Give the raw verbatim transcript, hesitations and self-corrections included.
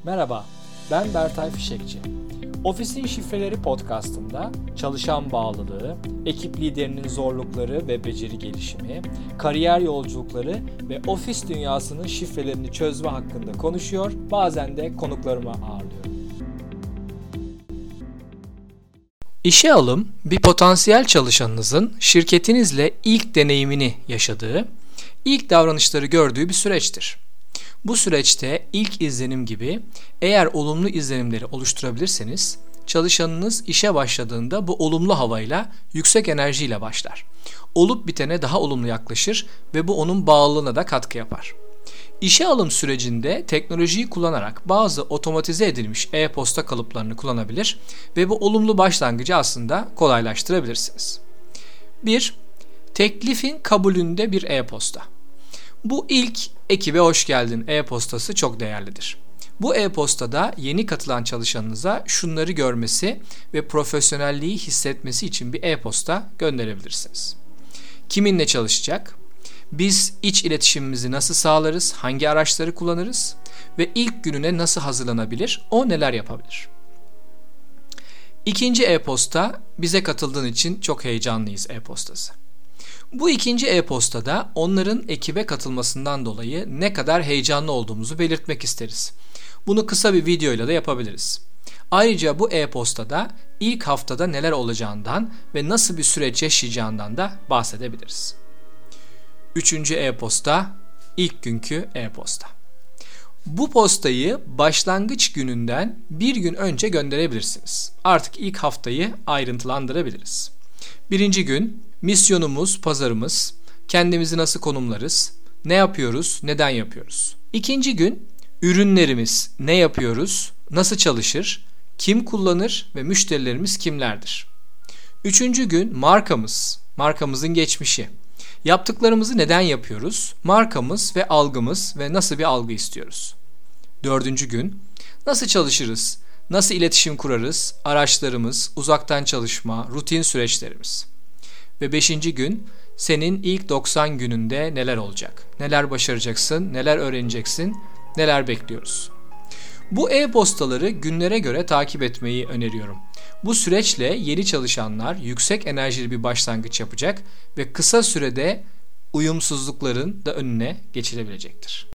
Merhaba, ben Bertay Fişekçi. Ofisin Şifreleri podcastında çalışan bağlılığı, ekip liderinin zorlukları ve beceri gelişimi, kariyer yolculukları ve ofis dünyasının şifrelerini çözme hakkında konuşuyor, bazen de konuklarımı ağırlıyorum. İşe alım, bir potansiyel çalışanınızın şirketinizle ilk deneyimini yaşadığı, ilk davranışları gördüğü bir süreçtir. Bu süreçte ilk izlenim gibi eğer olumlu izlenimleri oluşturabilirseniz çalışanınız işe başladığında bu olumlu havayla, yüksek enerjiyle başlar. Olup bitene daha olumlu yaklaşır ve bu onun bağlılığına da katkı yapar. İşe alım sürecinde teknolojiyi kullanarak bazı otomatize edilmiş e-posta kalıplarını kullanabilir ve bu olumlu başlangıcı aslında kolaylaştırabilirsiniz. bir. Teklifin kabulünde bir e-posta. Bu ilk ekibe hoş geldin e-postası çok değerlidir. Bu e-postada yeni katılan çalışanınıza şunları görmesi ve profesyonelliği hissetmesi için bir e-posta gönderebilirsiniz. Kiminle çalışacak? Biz iç iletişimimizi nasıl sağlarız? Hangi araçları kullanırız? Ve ilk gününe nasıl hazırlanabilir? O neler yapabilir? İkinci e-posta bize katıldığın için çok heyecanlıyız e-postası. Bu ikinci e-postada onların ekibe katılmasından dolayı ne kadar heyecanlı olduğumuzu belirtmek isteriz. Bunu kısa bir videoyla da yapabiliriz. Ayrıca bu e-postada ilk haftada neler olacağından ve nasıl bir süreç yaşayacağından da bahsedebiliriz. Üçüncü e-posta, ilk günkü e-posta. Bu postayı başlangıç gününden bir gün önce gönderebilirsiniz. Artık ilk haftayı ayrıntılandırabiliriz. Birinci gün, misyonumuz, pazarımız, kendimizi nasıl konumlarız, ne yapıyoruz, neden yapıyoruz. İkinci gün, ürünlerimiz, ne yapıyoruz, nasıl çalışır, kim kullanır ve müşterilerimiz kimlerdir. Üçüncü gün, markamız, markamızın geçmişi. Yaptıklarımızı neden yapıyoruz, markamız ve algımız ve nasıl bir algı istiyoruz. Dördüncü gün, nasıl çalışırız, nasıl iletişim kurarız, araçlarımız, uzaktan çalışma, rutin süreçlerimiz. Ve beşinci gün, senin ilk doksan gününde neler olacak? Neler başaracaksın, neler öğreneceksin, neler bekliyoruz? Bu e-postaları günlere göre takip etmeyi öneriyorum. Bu süreçle yeni çalışanlar yüksek enerjili bir başlangıç yapacak ve kısa sürede uyumsuzlukların da önüne geçilebilecektir.